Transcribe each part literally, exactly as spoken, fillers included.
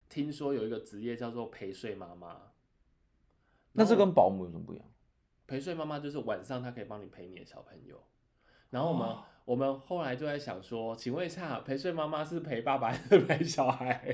听说有一个职业叫做陪睡妈妈， 那这跟保姆有什么不一样？ 陪睡妈妈就是晚上她可以帮你陪你的小朋友。然后我们、 哦、 我们后来就在想说，请问一下，陪睡妈妈是陪爸爸还是陪小孩？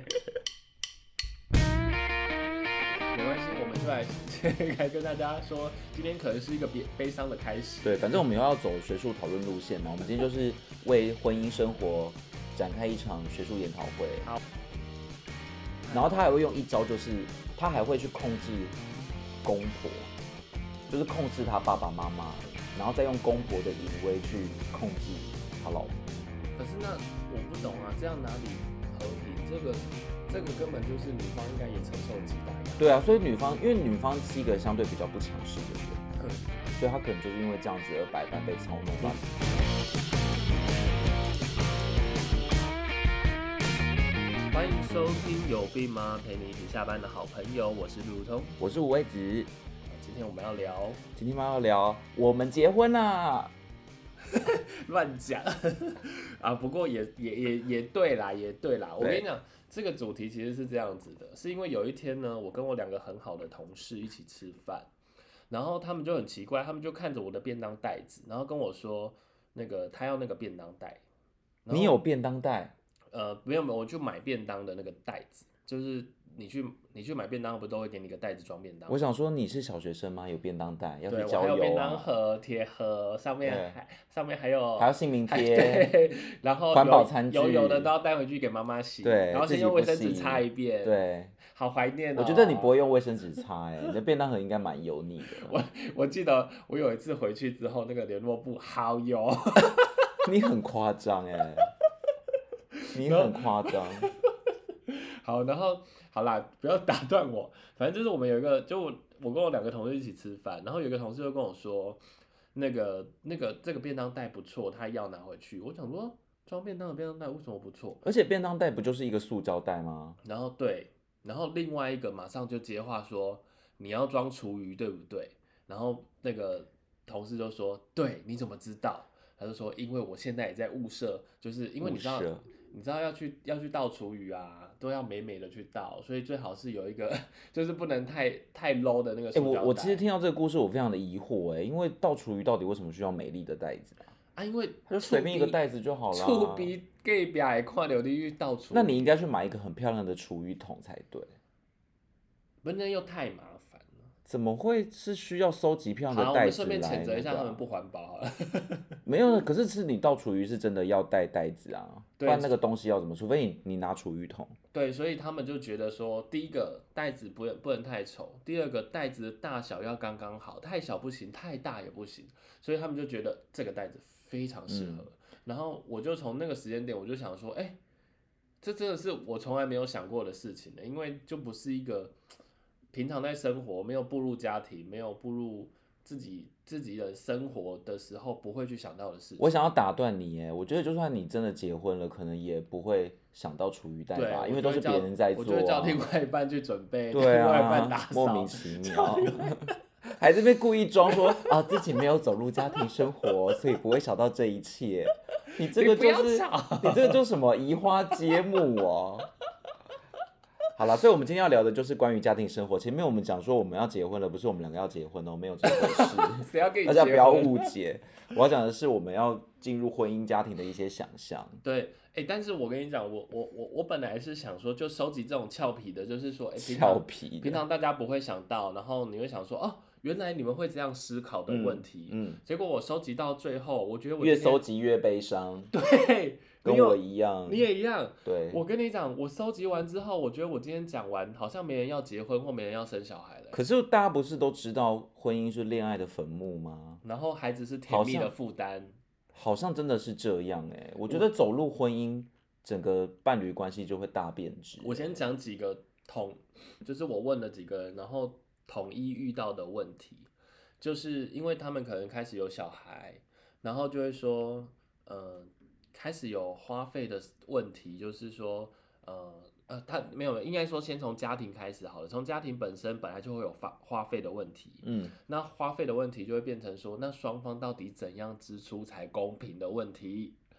没关系，我们就来来跟大家说，今天可能是一个悲悲伤的开始。 对，反正我们又要走学术讨论路线嘛，我们今天就是为婚姻生活展开一场学术研讨会。 好， 然后他还会用一招，就是他还会去控制公婆，就是控制他爸爸妈妈，然后再用公婆的淫威去控制他老婆。 可是那我不懂啊，这样哪里合理？这个这个根本就是女方应该也承受极大压力。 对啊，所以女方因为女方是一个相对比较不强势的人， 嗯， 所以她可能就是因为这样子而百般被操弄到。 欢迎收听有病吗？陪你一起下班的好朋友，我是路通， 我是五味子， 今天我们要聊， 今天我们要聊我们结婚啦。 乱讲啊，不过也也也也对啦，也对啦。我跟你讲，这个主题其实是这样子的，是因为有一天呢，我跟我两个很好的同事一起吃饭，然后他们就很奇怪，他们就看着我的便当袋子，然后跟我说，那个他要那个便当袋。 你有便当袋？ 呃，没有没有，我就买便当的那个袋子，就是你去你去买便当，不都会给你一个袋子装便当？ 我想说你是小学生吗？有便当袋要去对， 郊游啊？ 我还有便当盒、铁盒，上面还上面还有还有姓名贴， 对，然后环保餐具， 有有的都要带回去给妈妈洗， 对， 然后先用卫生纸擦一遍， 对， 好怀念哦。 我觉得你不会用卫生纸擦，哎，你的便当盒应该蛮油腻的。 我我记得我有一次回去之后，那个联络簿好油。 你很夸张哎，你很夸张。 好，然后好啦，不要打断我。反正就是我们有一个，就我我跟我两个同事一起吃饭，然后有一个同事就跟我说，那个那个这个便当袋不错，他要拿回去。我想说，装便当的便当袋为什么不错？ 而且便当袋不就是一个塑胶袋吗？ 然后对，然后另外一个马上就接话说，你要装厨余对不对？然后那个同事就说，对，你怎么知道？他就说，因为我现在也在物色，就是因为你知道。你知道要去要去倒厨余啊，都要美美的去倒，所以最好是有一个，就是不能太太 low 的那个塑胶袋。 欸、我我其实听到这个故事，我非常的疑惑哎、欸，因为倒厨余到底为什么需要美丽的袋子啊？ 啊，因为就随便一个袋子就好了。 触鼻隔壁也看到你去倒厨余， 那你应该去买一个很漂亮的厨余桶才对。 不然又太麻烦了。 怎么会是需要收集漂亮的袋子来、那個？ 好，我们顺便谴责一下他们不环保好了。 没有，可是是你倒厨余是真的要带袋子啊，不然那个东西要怎么？除非你你拿厨余桶。 对，所以他们就觉得说，第一个袋子不能不能太丑，第二个袋子的大小要刚刚好，太小不行，太大也不行，所以他们就觉得这个袋子非常适合。嗯、然后我就从那个时间点，我就想说，哎、欸，这真的是我从来没有想过的事情的，因为就不是一个平常在生活，没有步入家庭，没有步入自己自己的生活的时候不会去想到的事情。 我想要打断你耶，我觉得就算你真的结婚了，可能也不会想到厨余袋吧，因为都是别人在做、啊。 我就会叫另外一半去准备， 对啊， 另外一半打扫， 莫名其妙。还这边故意装说啊自己没有走入家庭生活，所以不会想到这一切。你这个就是你, 你这个就是什么移花接木哦。好了，所以我们今天要聊的就是关于家庭生活。前面我们讲说我们要结婚了，不是我们两个要结婚哦，没有这回事。 谁要跟你结婚？大家不要误解。我要讲的是我们要进入婚姻家庭的一些想象。 对，哎、欸，但是我跟你讲，我我我我本来是想说，就收集这种俏皮的，就是说，哎、欸， 俏皮， 平常大家不会想到，然后你会想说，哦，原来你们会这样思考的问题。嗯，嗯结果我收集到最后，我觉得我越收集越悲伤。 对。 跟我一样， 你也一样。 对， 我跟你讲，我收集完之后，我觉得我今天讲完，好像没人要结婚或没人要生小孩了。 可是大家不是都知道婚姻是恋爱的坟墓吗？ 然后孩子是甜蜜的负担， 好像真的是这样哎、欸。我觉得走入婚姻，整个伴侣关系就会大变质、欸。 我先讲几个统，就是我问了几个人，然后统一遇到的问题，就是因为他们可能开始有小孩，然后就会说，呃。开始有花费的问题，就是说，呃呃，他没有，应该说先从家庭开始好了。从家庭本身本来就会有花花费的问题，嗯，那花费的问题就会变成说，那双方到底怎样支出才公平的问题。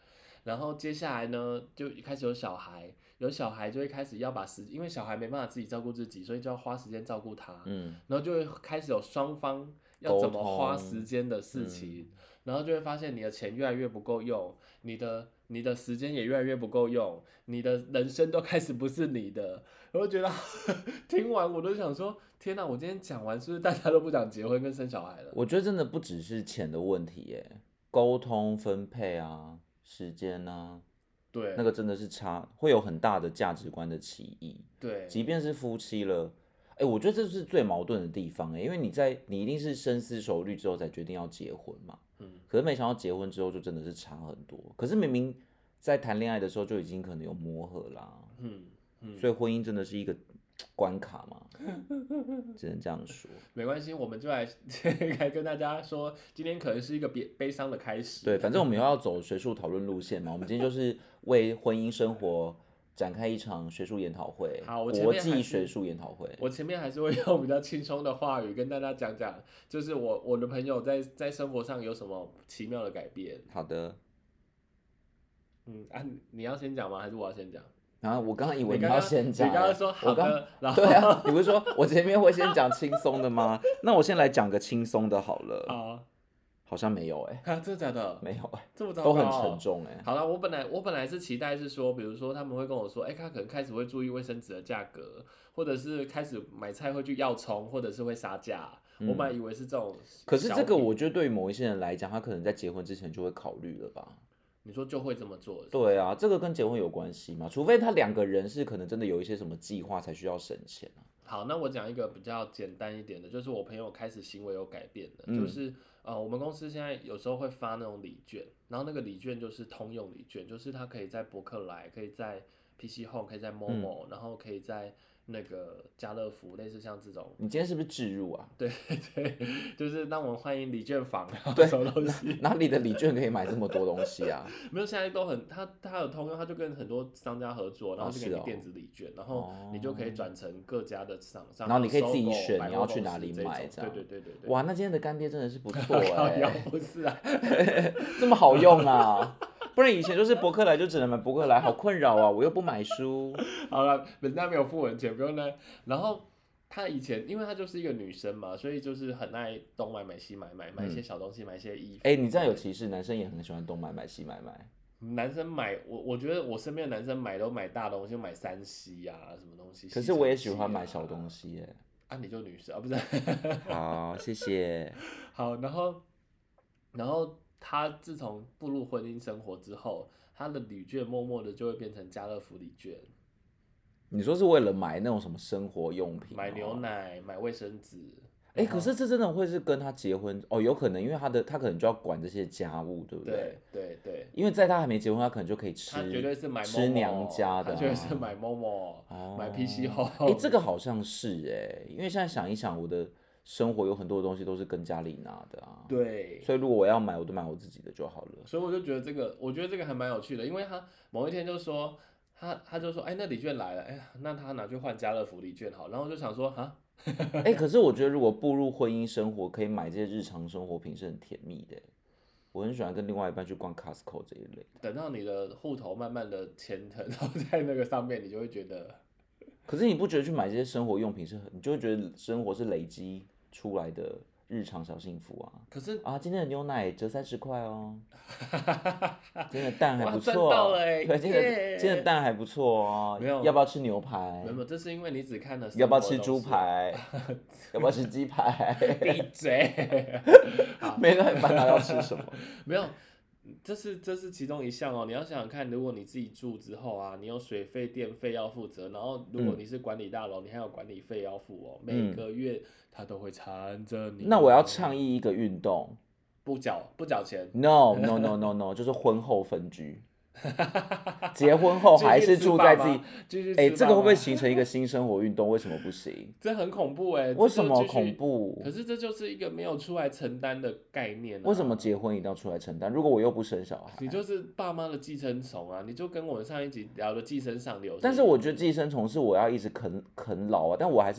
然后接下来呢，就开始有小孩，有小孩就会开始要把时，因为小孩没办法自己照顾自己，所以就要花时间照顾他， 嗯， 然后就会开始有双方要怎么花时间的事情，嗯、然后就会发现你的钱越来越不够用，你的你的时间也越来越不够用，你的人生都开始不是你的。我就觉得听完我都想说，天哪！我今天讲完，是不是大家都不想结婚跟生小孩了？ 我觉得真的不只是钱的问题耶，沟通分配啊，时间啊， 对， 那个真的是差，会有很大的价值观的歧义。 对， 即便是夫妻了，哎，我觉得这是最矛盾的地方哎，因为你在你一定是深思熟虑之后才决定要结婚嘛，嗯，可是没想到结婚之后就真的是差很多。可是明明在谈恋爱的时候就已经可能有磨合啦，嗯。嗯、所以婚姻真的是一个关卡嘛，只能这样说。 没关系，我们就来来跟大家说，今天可能是一个悲悲伤的开始。 对，反正我们又要走学术讨论路线嘛，我们今天就是为婚姻生活展开一场学术研讨会， 好，我国际学术研讨会。 我前面还是会用比较轻松的话语跟大家讲讲，就是我我的朋友在在生活上有什么奇妙的改变。 好的。 嗯啊，你要先讲吗？还是我要先讲？ 然后我刚刚以为你要先讲， 你刚刚说好的，然后对啊，你不是说我前面会先讲轻松的吗？那我先来讲个轻松的好了。 啊， 好像没有哎、 欸，啊，真的假的？ 没有哎、欸， 这么糟糕、 都很沉重哎、欸。 好了，我本来我本来是期待是说，比如说他们会跟我说，哎、欸，他可能开始会注意卫生纸的价格，或者是开始买菜会去要葱，或者是会杀价。嗯、我本来以为是这种。 可是这个我觉得对于某一些人来讲，他可能在结婚之前就会考虑了吧。 你说就会这么做是不是？ 对啊，这个跟结婚有关系嘛？除非他两个人是可能真的有一些什么计划才需要省钱啊。 好，那我讲一个比较简单一点的，就是我朋友开始行为有改变的，嗯、就是呃，我们公司现在有时候会发那种礼券，然后那个礼券就是通用礼券，就是它可以在博客来，可以在 P C Home， 可以在 Momo，、嗯、然后可以在那个家乐福，类似像这种。 你今天是不是置入啊？ 对对，就是让我们欢迎礼券房，对，什么东西？ 哪里的礼券可以买这么多东西啊？ 没有，现在都很，他他有通用，他就跟很多商家合作，然后就给你电子礼券，哦、然后你就可以转成各家的厂商， 然后你可以自己选你要去哪里买，这样。 对对对对对。 哇，那今天的干爹真的是不错哎、 欸，不是啊， 这么好用啊！不然以前就是博客来就只能买博客来，好困扰啊！我又不买书。 好了，人家没有付我钱，不用呢。然后她以前，因为她就是一个女生嘛，所以就是很爱东买买西买买，买一些小东西，嗯、买一些衣服。 哎、欸，你这样有歧视，男生也很喜欢东买买西买买。 男生买我，我觉得我身边的男生买都买大东西，买三 C 啊，什么东西。 可是我也喜欢买小东西耶。 啊，你就女生啊，不是？ 好，谢谢。 好，然后，然后他自从步入婚姻生活之后，他的礼券默默的就会变成家乐福礼券。 你说是为了买那种什么生活用品？ 买牛奶，买卫生纸。 哎、欸，可是这真的会是跟他结婚哦？有可能，因为他的他可能就要管这些家务，对不对？ 对对对。 因为在他还没结婚，他可能就可以吃， 他绝对是买 Momo， 吃娘家的、啊， 他绝对是买 Momo，、哦、买 P C Home。 哎、欸，这个好像是哎、欸，因为现在想一想，我的生活有很多东西都是跟家里拿的啊。 对。 所以如果我要买，我都买我自己的就好了。 所以我就觉得这个，我觉得这个还蛮有趣的，因为他某一天就说，他他就说，哎、欸，那礼券来了，哎、欸，那他拿去换家乐福礼券好，然后我就想说，哈。 哎、欸，可是我觉得如果步入婚姻生活，可以买这些日常生活品是很甜蜜的。我很喜欢跟另外一半去逛 Costco 这一类。 等到你的户头慢慢的钱然后在那个上面，你就会觉得。 可是你不觉得去买这些生活用品是很，你就会觉得生活是累积出来的日常小幸福啊？ 可是啊，今天的牛奶折三十块哦。今天的蛋还不错。 赚到了欸， 对，今天的今天的蛋还不错哦。 没有， 要不要吃牛排？ 没有，这是因为你只看了。 要不要吃猪排？要不要吃鸡排？ 闭嘴！ 没人很烦恼要吃什么。 没有，这是这是其中一项哦。你要想想看，如果你自己住之后啊，你有水费、电费要负责，然后如果你是管理大楼，嗯、你还有管理费要付哦，每个月他都会缠着你。 那我要倡议一个运动。 不缴不缴钱 ？No No No No No， 就是婚后分居。结婚后还是住在自己，哎、欸，这个会不会形成一个新生活运动？为什么不行？ 这很恐怖哎、欸！ 为什么恐怖？ 可是这就是一个没有出来承担的概念、啊。 为什么结婚一定要出来承担？如果我又不生小孩， 你就是爸妈的寄生虫啊！你就跟我们上一集聊的寄生上流。 但是我觉得寄生虫是我要一直啃啃老啊，但我还是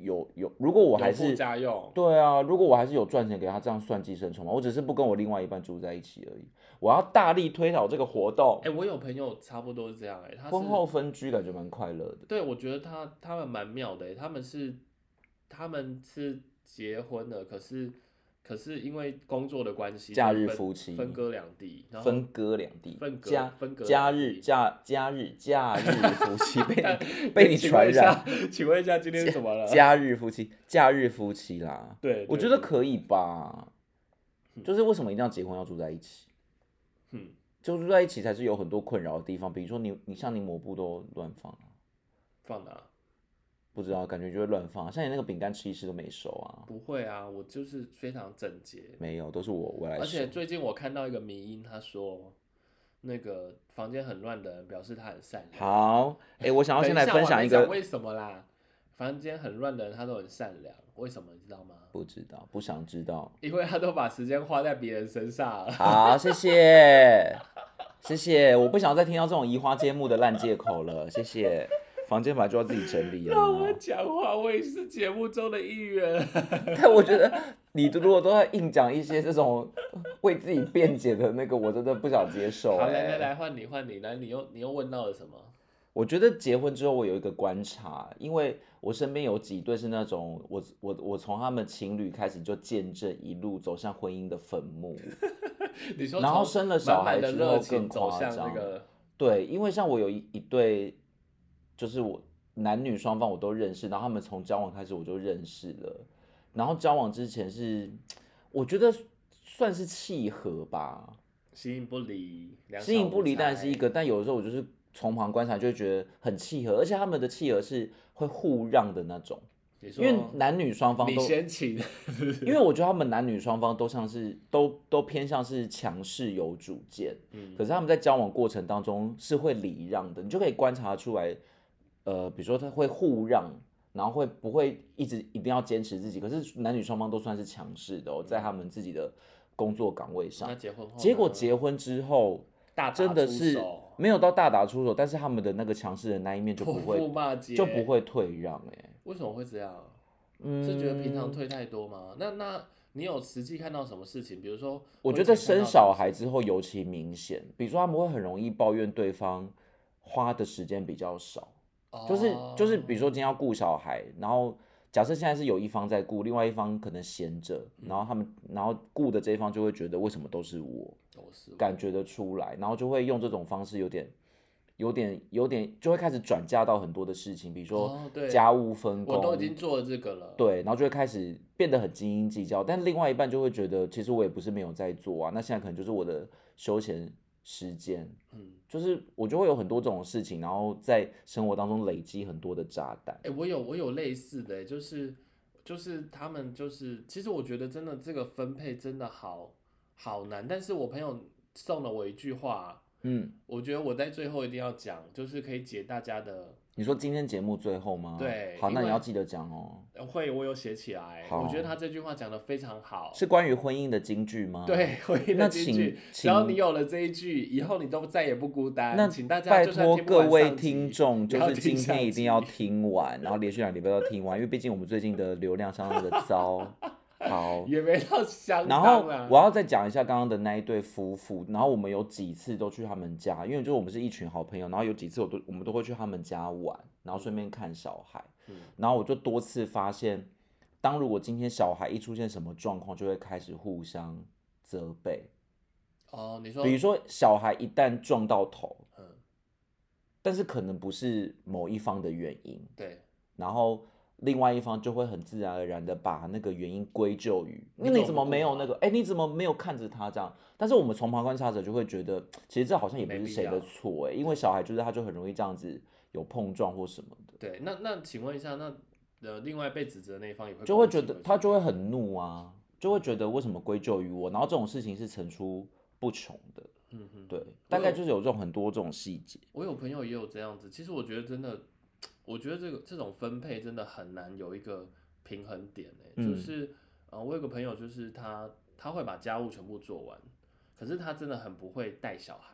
有有，如果我还是家用， 对啊，如果我还是有赚钱给他，这样算寄生虫吗？我只是不跟我另外一半住在一起而已。我要大力推导这个活动。 哎、欸，我有朋友差不多是这样、欸，哎，他是婚后分居感觉蛮快乐的。 对，我觉得他他们蛮妙的、欸，他们是他们是结婚了，可是可是因为工作的关系， 假日夫妻分割两地，然后分割两地， 分割假分割假日假假日假日夫妻被你被你传染。 请问一下，今天是什么了？ 假日夫妻，假日夫妻啦。 对，对我觉得可以吧。就是为什么一定要结婚要住在一起？嗯，就住在一起才是有很多困扰的地方，比如说你你像你抹布都乱放啊， 放哪？ 不知道，感觉就会乱放、啊。像你那个饼干吃一吃都没熟啊。 不会啊，我就是非常整洁。 没有，都是我我来收。 而且最近我看到一个迷因，他说那个房间很乱的人表示他很善良。 好，哎、欸，我想要先来分享一个。 为什么啦？房间很乱的人他都很善良，为什么你知道吗？ 不知道，不想知道。 因为他都把时间花在别人身上了。 好，谢谢，谢谢，我不想再听到这种移花接木的烂借口了，谢谢。房间本来就要自己整理啊。 让我讲话，我也是节目中的一员。 但我觉得你如果都在硬讲一些这种为自己辩解的那个，我真的不想接受、欸。 好，来来来，换你换你，来，你又你又问到了什么？ 我觉得结婚之后，我有一个观察，因为我身边有几对是那种我我我从他们情侣开始就见证一路走向婚姻的坟墓。 你说， 然后生了小孩之后更夸张。 那个、 对，因为像我有一一对。就是我男女双方我都认识，然后他们从交往开始我就认识了，然后交往之前是，我觉得算是契合吧， 形影不离， 形影不离当然是一个，但有的时候我就是从旁观察就会觉得很契合，而且他们的契合是会互让的那种，因为男女双方都， 你先请， 因为我觉得他们男女双方都像是都都偏向是强势有主见，嗯，可是他们在交往过程当中是会礼让的，你就可以观察出来。呃，比如说他会互让，然后会不会一直一定要坚持自己？可是男女双方都算是强势的哦，在他们自己的工作岗位上。 那结婚后， 结果结婚之后，真的是没有到大打出手，但是他们的那个强势的那一面就不会就不会退让哎、欸。 为什么会这样？嗯，是觉得平常退太多吗？那那你有实际看到什么事情？比如说， 我觉得生小孩之后尤其明显，比如说他们会很容易抱怨对方花的时间比较少。就是就是，比如说今天要顾小孩，然后假设现在是有一方在顾，另外一方可能闲着，然后他们然后顾的这一方就会觉得为什么都是我，感觉得出来，然后就会用这种方式有点有点有点就会开始转嫁到很多的事情，比如说家务分工， 我都已经做了这个了， 对，然后就会开始变得很斤斤计较，但另外一半就会觉得其实我也不是没有在做啊，那现在可能就是我的休闲时间，嗯，就是我就会有很多这种事情，然后在生活当中累积很多的炸弹。 哎、欸，我有我有类似的、欸，就是就是他们就是，其实我觉得真的这个分配真的好好难。但是我朋友送了我一句话，嗯，我觉得我在最后一定要讲，就是可以解大家的。 你说今天节目最后吗？ 对， 好，那你要记得讲哦。 会，我有写起来。我觉得他这句话讲得非常好。 是关于婚姻的金句吗？ 对，婚姻的金句。只要你有了这一句，以后你都再也不孤单。 那请大家拜托各位听众，就是今天一定要听完，然后连续两礼拜都听完，因为毕竟我们最近的流量相当的糟。好， 也没到相当。然后我要再讲一下刚刚的那一对夫妇，然后我们有几次都去他们家，因为就是我们是一群好朋友，然后有几次我都我们都会去他们家玩，然后顺便看小孩，嗯、然后我就多次发现，当如果今天小孩一出现什么状况，就会开始互相责备。 哦，你说， 比如说小孩一旦撞到头，嗯，但是可能不是某一方的原因， 对， 然后。另外一方就会很自然而然的把那个原因归咎于，那你怎么没有那个？哎、欸，你怎么没有看着他这样？但是我们从旁观察者就会觉得，其实这好像也不是谁的错哎、欸，因为小孩就是他就很容易这样子有碰撞或什么的。 对，那那请问一下，那呃另外被指责的那一方也会就会觉得他就会很怒啊，就会觉得为什么归咎于我？然后这种事情是层出不穷的。嗯哼，对，大概就是有这种很多这种细节。 我有朋友也有这样子，其实我觉得真的。我觉得这个这种分配真的很难有一个平衡点诶、欸，嗯、就是呃，我有个朋友，就是他他会把家务全部做完，可是他真的很不会带小孩，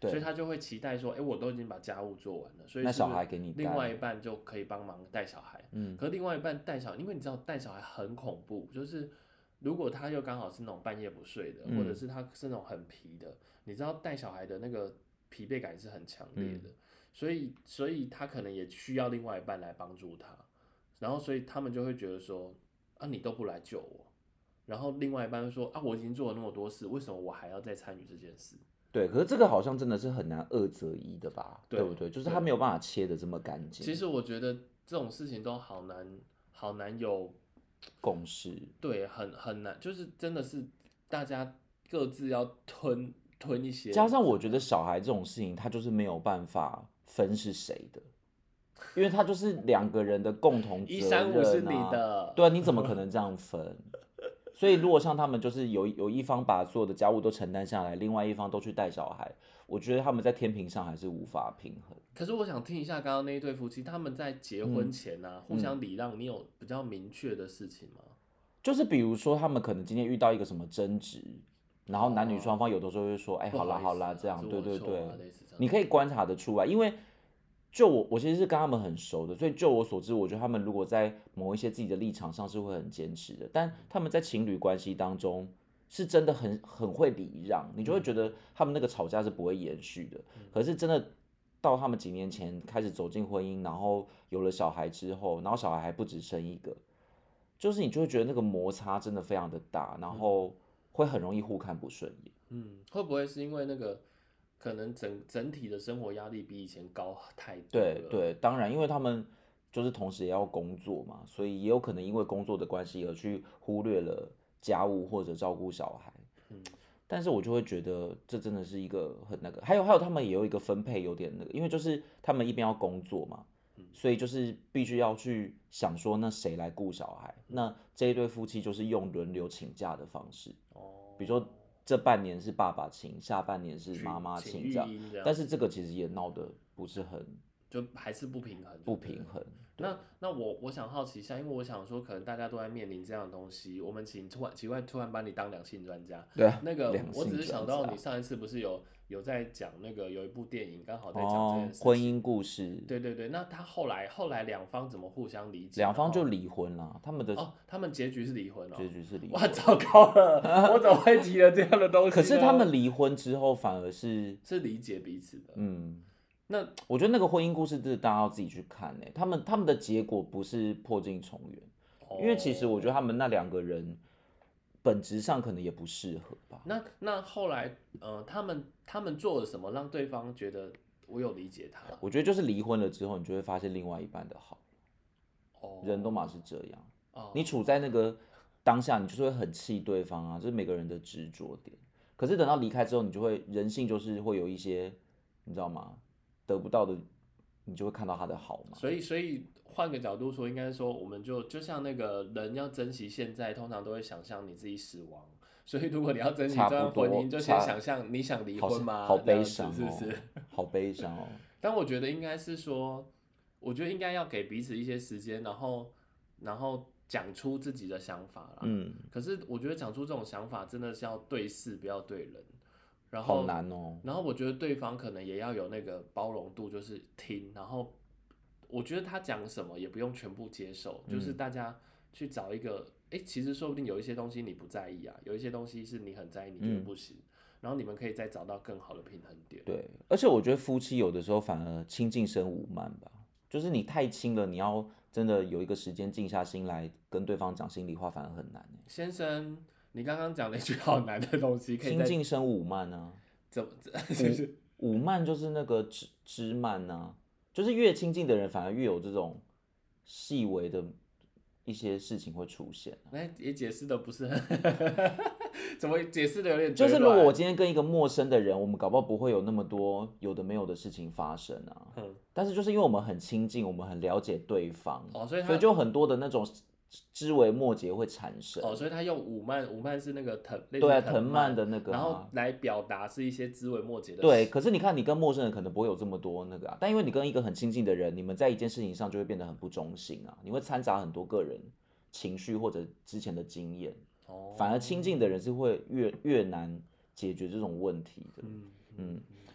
所以他就会期待说，哎、我都已经把家务做完了，所以那是小孩给你带另外一半就可以帮忙带小孩。嗯，可是另外一半带小孩，因为你知道带小孩很恐怖，就是如果他又刚好是那种半夜不睡的，嗯、或者是他是那种很皮的，你知道带小孩的那个疲惫感是很强烈的，嗯、所以所以他可能也需要另外一半来帮助他，然后所以他们就会觉得说，啊你都不来救我。然后另外一半就说啊，我已经做了那么多事，为什么我还要再参与这件事？ 对，可是这个好像真的是很难二择一的吧？对, 对不对？就是他没有办法切的这么干净。 其实我觉得这种事情都好难，好难有共识。 对，很很难，就是真的是大家各自要吞吞一些。 加上我觉得小孩这种事情，他就是没有办法分是谁的。因为他就是两个人的共同责任、啊，一三五是你的， 对啊，你怎么可能这样分？所以如果像他们就是有有一方把所有的家务都承担下来，另外一方都去带小孩，我觉得他们在天平上还是无法平衡。 可是我想听一下刚刚那一对夫妻，他们在结婚前啊，嗯、互相礼让，你有比较明确的事情吗？ 就是比如说他们可能今天遇到一个什么争执，然后男女双方有的时候会说，哎、哦，欸、好啦好啦，这样，对对对，你可以观察得出来，因为。就我，我其实是跟他们很熟的，所以就我所知，我觉得他们如果在某一些自己的立场上是会很坚持的，但他们在情侣关系当中是真的很很会礼让，你就会觉得他们那个吵架是不会延续的。可是真的到他们几年前开始走进婚姻，然后有了小孩之后，然后小孩还不止生一个，就是你就会觉得那个摩擦真的非常的大，然后会很容易互看不顺眼。 嗯，会不会是因为那个？可能整整体的生活压力比以前高太多了。 对对，当然，因为他们就是同时也要工作嘛，所以也有可能因为工作的关系而去忽略了家务或者照顾小孩。嗯，但是我就会觉得这真的是一个很那个，还有还有他们也有一个分配有点那个，因为就是他们一边要工作嘛，所以就是必须要去想说那谁来顾小孩，那这一对夫妻就是用轮流请假的方式，哦，比如说。这半年是爸爸请，下半年是妈妈请，这样。但是这个其实也闹得不是很， 就还是不平衡。 不平衡。 那那我我想好奇一下，因为我想说，可能大家都在面临这样的东西，我们请突然奇怪突然把你当两性专家。 对啊。 那个我只是想到你上一次不是有有在讲那个有一部电影，刚好在讲这件事情。 哦，婚姻故事。 对对对，那他后来后来两方怎么互相理解？ 两方就离婚了，他们的哦，他们结局是离婚了。 结局是离婚。 哇，糟糕了，我怎么会提了这样的东西？ 可是他们离婚之后反而是是理解彼此的。 嗯。 那我觉得那个婚姻故事是大家要自己去看诶、欸，他们他们的结果不是破镜重圆，哦、因为其实我觉得他们那两个人本质上可能也不适合吧。 那那后来呃，他们他们做了什么让对方觉得我有理解他？ 我觉得就是离婚了之后，你就会发现另外一半的好。哦，人都嘛是这样。哦，你处在那个当下，你就是会很气对方啊，这是每个人的执着点。可是等到离开之后，你就会人性就是会有一些，你知道吗？得不到的，你就会看到他的好嘛。 所以，所以换个角度说，应该说，我们就就像那个人要珍惜现在，通常都会想象你自己死亡。所以，如果你要珍惜这段婚姻，就先想象你想离婚吗？ 好悲伤哦， 是不是？ 好悲伤哦。 但我觉得应该是说，我觉得应该要给彼此一些时间，然后，然后讲出自己的想法啦。嗯。可是，我觉得讲出这种想法，真的是要对事，不要对人。然后好难哦。 然后我觉得对方可能也要有那个包容度，就是听。然后我觉得他讲什么也不用全部接受，嗯、就是大家去找一个，哎，其实说不定有一些东西你不在意啊，有一些东西是你很在意，你觉得不行，嗯、然后你们可以再找到更好的平衡点。 对，而且我觉得夫妻有的时候反而亲近生无慢吧，就是你太亲了，你要真的有一个时间静下心来跟对方讲心里话，反而很难。 先生。你刚刚讲了一句好难的东西，可以亲近生五慢啊？ 怎么？ 就是五慢就是那个枝枝慢啊，就是越亲近的人反而越有这种细微的一些事情会出现、啊。 哎，也解释的不是很，怎么解释的有点？ 就是如果我今天跟一个陌生的人，我们搞不好不会有那么多有的没有的事情发生啊。嗯。但是就是因为我们很亲近，我们很了解对方， 哦，所以所以就很多的那种。枝微末节会产生哦，所以他用五慢，五慢是那个藤， 对啊，藤蔓的那个、啊， 然后来表达是一些枝微末节的。 对，可是你看，你跟陌生人可能不会有这么多那个啊，但因为你跟一个很亲近的人，你们在一件事情上就会变得很不中性啊，你会掺杂很多个人情绪或者之前的经验，哦，反而亲近的人是会越越难解决这种问题的，嗯嗯，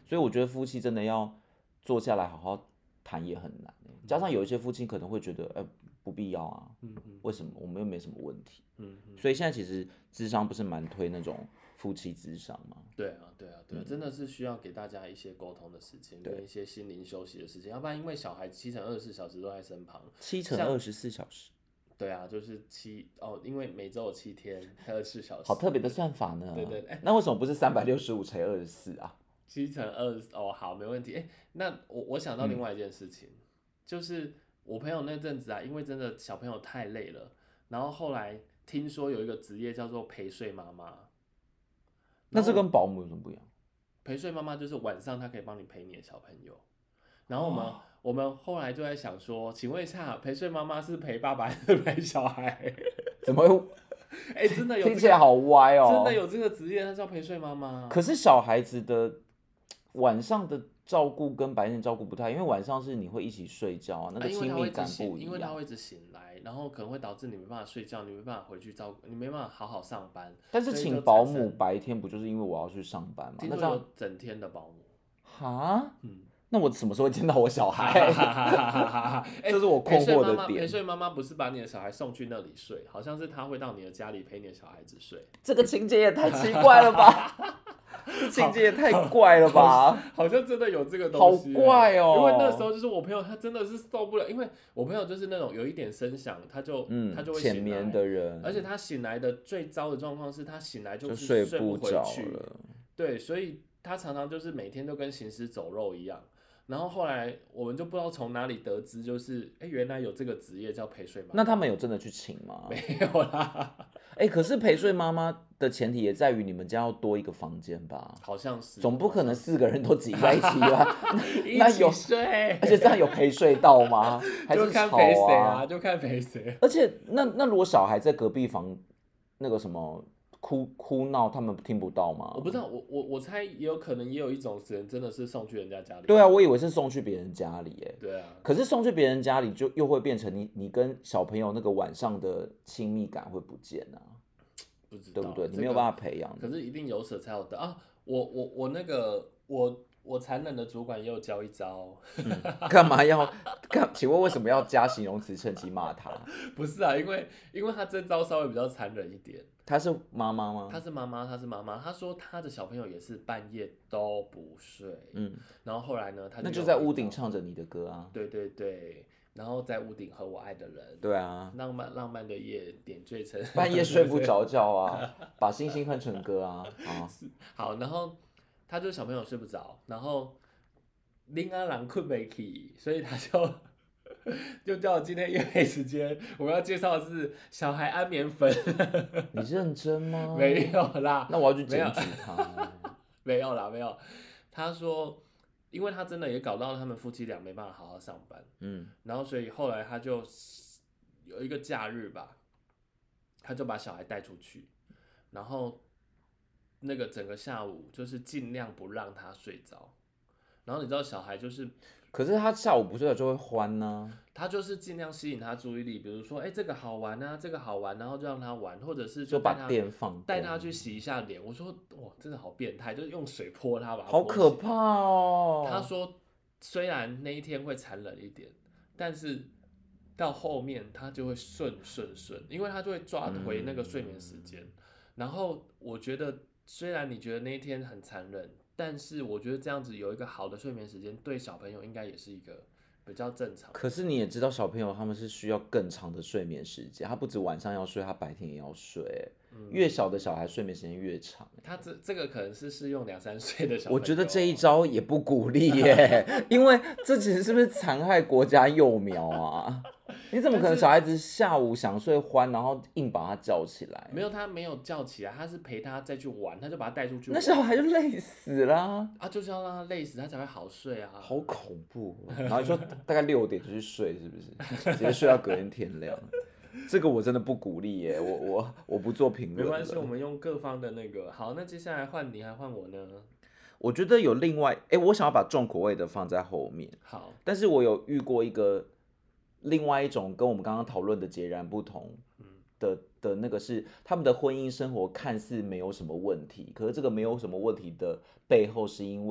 所以我觉得夫妻真的要坐下来好好谈也很难、欸、加上有一些夫妻可能会觉得，哎、欸，不必要啊，嗯嗯，为什么我们又没什么问题，嗯嗯，所以现在其实諮商不是蛮推那种夫妻諮商吗？ 对啊，对啊，对啊，嗯、真的是需要给大家一些沟通的时间，跟一些心灵休息的时间，要不然因为小孩七乘二十四小时都在身旁， 七乘二十四小时。 对啊，就是七哦，因为每周有七天，二十四小时。 好特别的算法呢。 对对对。 那为什么不是三百六十五乘二十四啊？ 七乘二哦，好，没问题。哎，那我我想到另外一件事情，嗯、就是我朋友那阵子啊，因为真的小朋友太累了，然后后来听说有一个职业叫做陪睡妈妈。 那这跟保姆有什么不一样？ 陪睡妈妈就是晚上她可以帮你陪你的小朋友，然后我们、哦、我们后来就在想说，请问一下，陪睡妈妈是陪爸爸还是陪小孩？ 怎么会？ 哎、欸，真的有、這個， 听起来好歪哦！ 真的有这个职业，它叫陪睡妈妈。 可是小孩子的晚上的照顾跟白天照顾不太，因为晚上是你会一起睡觉啊，那个亲密感不一样。 因为他会一直醒来，然后可能会导致你没办法睡觉，你没办法回去照顾，你没办法好好上班。 但是请保姆白天不就是因为我要去上班吗？ 听说有整天的保姆。 哈？嗯。那我什么时候会见到我小孩？这是我困惑的点。 陪睡妈妈不是把你的小孩送去那里睡，好像是他会到你的家里陪你的小孩子睡。 这个情节也太奇怪了吧！这情节也太怪了吧！ 好, 好像真的有这个东西。 好怪哦！ 因为那时候就是我朋友，他真的是受不了，因为我朋友就是那种有一点声响，他就、嗯、他就会醒来。 浅眠的人， 而且他醒来的最糟的状况是他醒来就是睡不回去了。 对，所以他常常就是每天都跟行尸走肉一样。然后后来我们就不知道从哪里得知，就是哎，原来有这个职业叫陪睡妈妈。 那他们有真的去请吗？ 没有啦。 哎，可是陪睡妈妈的前提也在于你们家要多一个房间吧？ 好像是。 总不可能四个人都挤在一起吧？ 那有睡， 而且这样有陪睡到吗？还是就看陪谁啊，就看陪谁。 而且那那如果小孩在隔壁房，那个什么？哭哭闹，他们听不到吗？ 我不知道，我我我猜也有可能，也有一种人真的是送去人家家里。 对啊，我以为是送去别人家里，哎。 对啊。 可是送去别人家里，就又会变成你你跟小朋友那个晚上的亲密感会不见啊。 不知道， 对不对？你没有办法培养。 可是一定有舍才有得啊！我我我那个我我残忍的主管也有教一招。 嗯、干嘛要干？请问为什么要加形容词趁机骂他？ 不是啊，因为因为他这招稍微比较残忍一点。 她是妈妈吗？ 她是妈妈，她是妈妈。她说她的小朋友也是半夜都不睡，嗯，然后后来呢，她就那就在屋顶唱着你的歌啊。 对对对，然后在屋顶和我爱的人。 对啊， 浪漫浪漫的夜点缀成半夜睡不着觉啊，把星星哼成歌啊。啊好，然后他就小朋友睡不着，然后林阿郎困没起，所以他就。就叫我今天约会时间，我要介绍的是小孩安眠粉。 你认真吗？ 没有啦， 那我要去检举他。 没有啦，没有。他说，因为他真的也搞到他们夫妻俩没办法好好上班，嗯，然后所以后来他就有一个假日吧，他就把小孩带出去，然后那个整个下午就是尽量不让他睡着，然后你知道小孩就是。 可是他下午不睡了就会欢呢、啊， 他就是尽量吸引他注意力，比如说，哎、欸，这个好玩啊，这个好玩，然后就让他玩，或者是就把电放， 带他去洗一下脸。我说，哇，真的好变态，就是用水泼他吧， 好可怕哦。 他说，虽然那一天会残忍一点，但是到后面他就会顺顺顺，因为他就会抓回那个睡眠时间。嗯、然后我觉得，虽然你觉得那一天很残忍。但是我觉得这样子有一个好的睡眠时间，对小朋友应该也是一个比较正常。 可是你也知道，小朋友他们是需要更长的睡眠时间，他不止晚上要睡，他白天也要睡。嗯、越小的小孩睡眠时间越长。 他这这个可能是适用两三岁的小朋友。 我觉得这一招也不鼓励耶，因为这其实是不是残害国家幼苗啊？你怎么可能小孩子下午想睡欢，然后硬把他叫起来？ 没有，他没有叫起来，他是陪他再去玩，他就把他带出去玩。 那小孩就累死啦！ 啊，就是要让他累死，他才会好睡啊。 好恐怖、喔！然后你说大概六点就去睡，是不是？直接睡到隔天天亮。这个我真的不鼓励耶，我我我不做评论。 没关系，我们用各方的那个。好，那接下来换你还换我呢？ 我觉得有另外，哎、欸，我想要把重口味的放在后面。 好， 但是我有遇过一个另外一种跟我们刚刚讨论的截然不同的、嗯、的那个是他们的婚姻生活看似没有什么问题，可是这个没有什么问题的背后是因为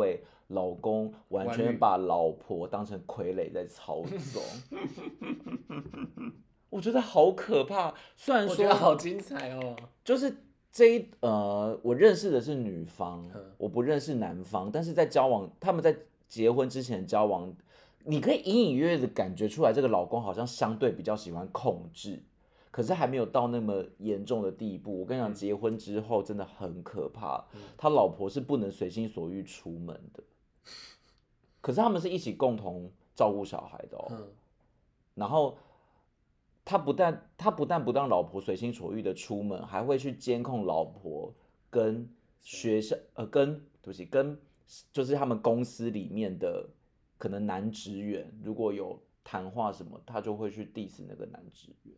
老公完全把老婆当成傀儡在操纵，我觉得好可怕。虽然说我觉得好精彩哦， 就是这一呃，我认识的是女方，我不认识男方，但是在交往，他们在结婚之前交往，你可以隐隐约约的感觉出来，这个老公好像相对比较喜欢控制。可是还没有到那么严重的地步。我跟你讲，结婚之后真的很可怕。嗯、他老婆是不能随心所欲出门的，可是他们是一起共同照顾小孩的哦。嗯、然后他不但他不但不让老婆随心所欲的出门，还会去监控老婆跟学校呃跟对不起跟就是他们公司里面的可能男职员，如果有谈话什么，他就会去 diss 那个男职员。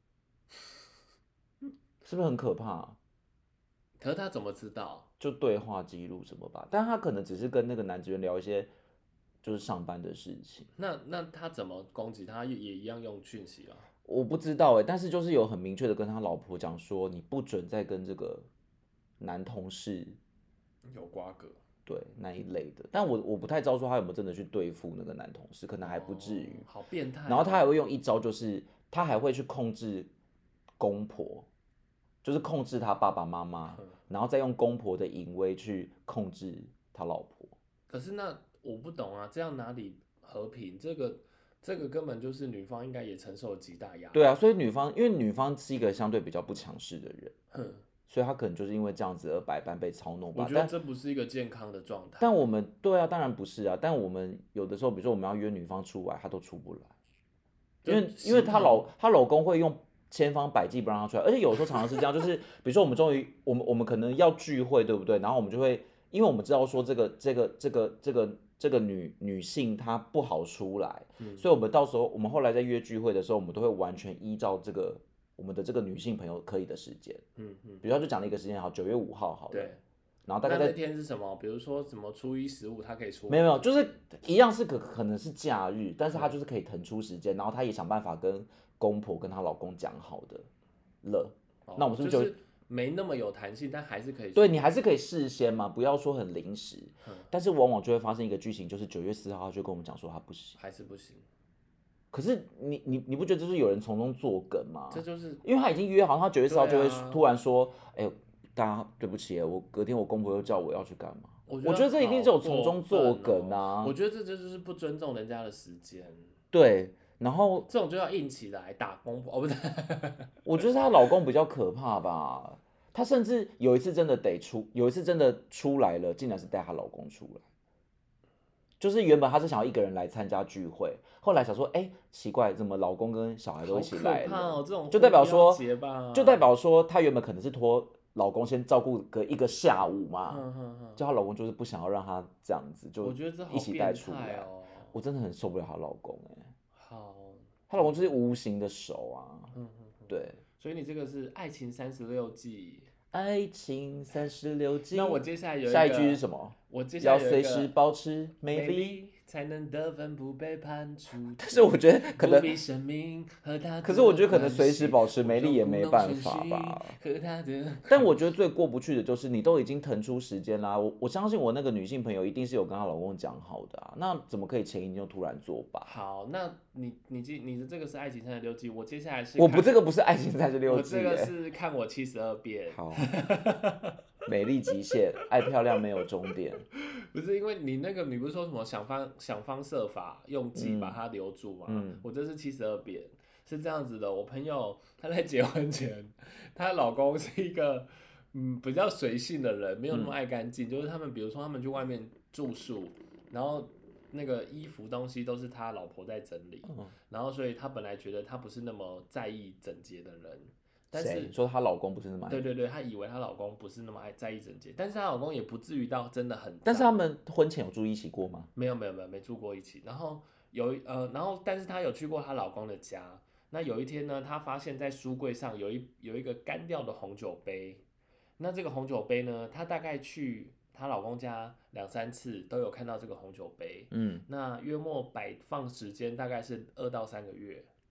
是不是很可怕、啊？ 可是他怎么知道？ 就对话记录什么吧，但他可能只是跟那个男职员聊一些就是上班的事情。 那那他怎么攻击他？也一样用讯息啊？ 我不知道哎、欸，但是就是有很明确的跟他老婆讲说，你不准再跟这个男同事有瓜葛， 对那一类的。但我我不太知道说他有没有真的去对付那个男同事，可能还不至于。 哦、好变态、哦。 然后他还会用一招，就是他还会去控制公婆。就是控制他爸爸妈妈，然后再用公婆的淫威去控制他老婆。 可是那我不懂啊，这样哪里和平？这个这个根本就是女方应该也承受了极大压力。 对啊，所以女方因为女方是一个相对比较不强势的人， 哼， 所以她可能就是因为这样子而百般被操弄吧。 我觉得这不是一个健康的状态。 但我们对啊，当然不是啊。但我们有的时候，比如说我们要约女方出来，她都出不来，因为因为她老她老公会用。千方百计不让他出来，而且有时候常常是这样，就是比如说我们终于我们我们可能要聚会，对不对？然后我们就会，因为我们知道说这个这个这个这个这个女女性她不好出来，嗯、所以我们到时候我们后来在约聚会的时候，我们都会完全依照这个我们的这个女性朋友可以的时间，嗯嗯，比如说就讲了一个时间好，九月五号好了， 对， 然后大概在那天是什么？比如说什么初一十五，她可以出， 没有没有，就是一样是可可能是假日，但是她就是可以腾出时间，然后她也想办法跟。公婆跟她老公讲好的了，哦、那我们是不是 就, 就是没那么有弹性，但还是可以？ 对你还是可以事先嘛，不要说很临时。嗯、但是往往就会发生一个剧情，就是九月四号他就跟我们讲说他不行， 还是不行。 可是你你你不觉得就是有人从中作梗吗？ 这就是因为他已经约好，他九月四号就会突然说，哎、欸，大家对不起，我隔天我公婆又叫我要去干嘛？我觉, 我觉得这一定是有从中作梗啊！ 我觉得这就是不尊重人家的时间。 对。然后这种就要硬起来打公婆，哦不是， 我觉得她老公比较可怕吧。她甚至有一次真的得出，有一次真的出来了，竟然是带她老公出来。就是原本她是想要一个人来参加聚会，后来想说，哎、欸，奇怪，怎么老公跟小孩都一起来了？ 好可怕哦，这种就代表说，就代表说她原本可能是托老公先照顾个一个下午嘛，嗯嗯嗯，就她老公就是不想要让她这样子，就一起带出来。哦、我真的很受不了她老公哎、欸。她老公就是无形的手啊，嗯嗯对， 所以你这个是《爱情三十六计》。 爱情三十六计。 那我接下来有一个下一句是什么？ 我接下来有一个要随时保持美丽， 才能得分不被判处。 但是我觉得可能， 生命和他可是我觉得可能随时保持美丽也没办法吧。但我觉得最过不去的就是你都已经腾出时间啦，我我相信我那个女性朋友一定是有跟她老公讲好的啊，那怎么可以前一天就突然作罢？ 好，那你你你的这个是爱情三十六计，我接下来是我不这个不是爱情三十六计， 我这个是看我七十二变。 好。美丽极限，爱漂亮没有终点。 不是因为你那个，你不是说什么想方想方设法用计把它留住吗？嗯、我这是七十二变，是这样子的。我朋友她在结婚前，她老公是一个嗯比较随性的人，没有那么爱干净。嗯、就是他们比如说他们去外面住宿，然后那个衣服东西都是他老婆在整理，嗯、然后所以他本来觉得他不是那么在意整洁的人。但是你说她老公不是那么爱， 对对对，她以为她老公不是那么爱在意整洁，但是她老公也不至于到真的很。 但是他们婚前有住一起过吗？ 没有没有没有没住过一起。然后有呃，然后但是她有去过她老公的家。那有一天呢，她发现在书柜上有一有一个干掉的红酒杯。那这个红酒杯呢，她大概去她老公家两三次都有看到这个红酒杯。嗯，那约莫摆放时间大概是二到三个月。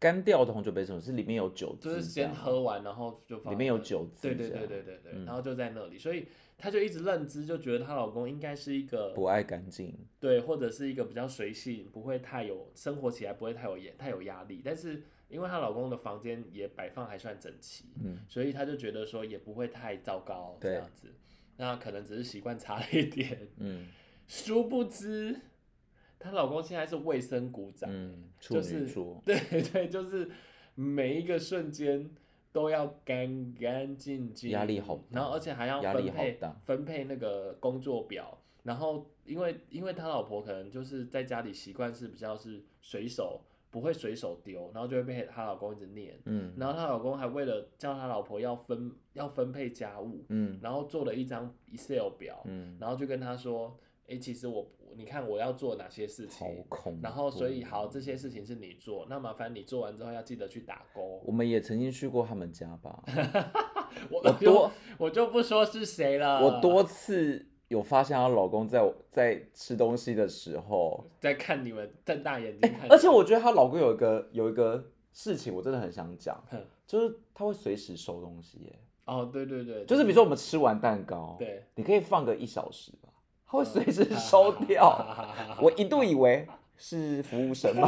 干掉的红酒杯什么是里面有酒渍， 就是先喝完，然后就放里面有酒渍， 对对对对对对，嗯、然后就在那里，所以她就一直认知，就觉得她老公应该是一个不爱干净， 对，或者是一个比较随性，不会太有生活起来不会太有太有压力，但是因为她老公的房间也摆放还算整齐，嗯，所以她就觉得说也不会太糟糕这样子，那可能只是习惯差了一点，嗯，殊不知。她老公现在是卫生股长，嗯， 处女座， 对对，就是每一个瞬间都要干干净净， 压力好大， 然后而且还要分配分配那个工作表，然后因为因为他老婆可能就是在家里习惯是比较是随手不会随手丢，然后就会被她老公一直念，嗯，然后她老公还为了叫他老婆要分要分配家务，嗯，然后做了一张 Excel 表，嗯，然后就跟他说。哎、欸，其实我，你看我要做哪些事情，然后所以好，这些事情是你做，那麻烦你做完之后要记得去打勾。 我们也曾经去过他们家吧， 我, 我多我就不说是谁了。 我多次有发现她老公在在吃东西的时候， 在看你们瞪大眼睛看、 欸。而且我觉得她老公有一个有一个事情，我真的很想讲，就是他会随时收东西耶。 哦，对对对， 就是比如说我们吃完蛋糕， 对， 你可以放个一小时吧。他会随时收掉，我一度以为是服务生嘛，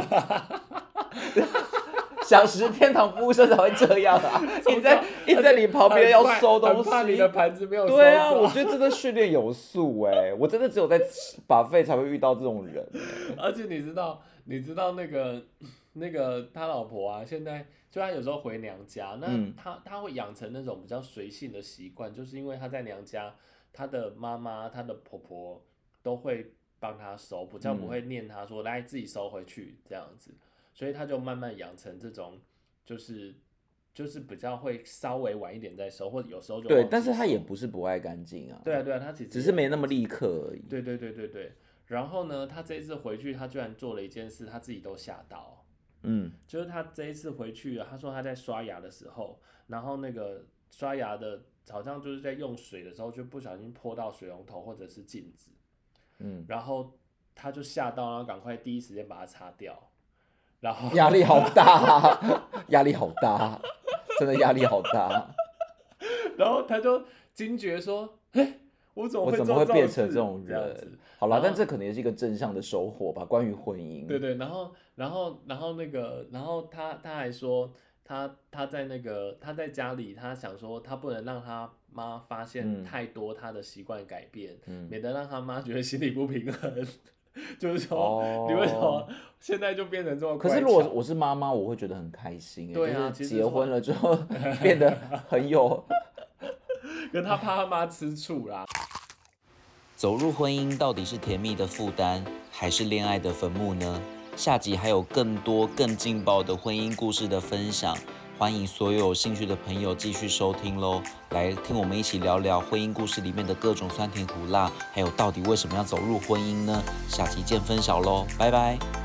享食天堂服务生才会这样啊！你在一直在你旁边要收东西， 怕你的盘子没有收。 对啊，我觉得真的训练有素哎，我真的只有在buffet才会遇到这种人。 而且你知道，你知道那个那个他老婆啊，现在就他有时候回娘家，那他他会养成那种比较随性的习惯，就是因为他在娘家。她的妈妈、她的婆婆都会帮她收，比较不会念她说、嗯、来自己收回去这样子，所以她就慢慢养成这种，就是就是比较会稍微晚一点再收，或者有时候就对，但是她也不是不爱干净啊。 对啊，对啊，她其实只是没那么立刻而已。 对对对对对。然后呢，她这一次回去，她居然做了一件事，她自己都吓到。嗯，就是她这一次回去，她说她在刷牙的时候，然后那个刷牙的。好像就是在用水的时候就不小心泼到水龙头或者是镜子，嗯，然后他就吓到，然后赶快第一时间把它擦掉，然后压力好大，压力好大，真的压力好大。 然后他就惊觉说：“哎、欸，我怎么会我怎么会变成这种人？”好啦，但这可能也是一个正向的收获吧，关于婚姻。 对对，然后然后然后那个，然后他他还说。他他在那个他在家里，他想说他不能让他妈发现太多他的习惯改变，嗯、免得让他妈觉得心里不平衡。就是说，哦、你为什么现在就变成这么乖巧？ 可是如果我是妈妈，我会觉得很开心。 对啊， 就是结婚了之后变得很有。 可他怕他妈吃醋啦。 走入婚姻到底是甜蜜的负担，还是恋爱的坟墓呢？下集还有更多更劲爆的婚姻故事的分享，欢迎所有有兴趣的朋友继续收听咯，来听我们一起聊聊婚姻故事里面的各种酸甜苦辣，还有到底为什么要走入婚姻呢？下集见分晓咯，拜拜。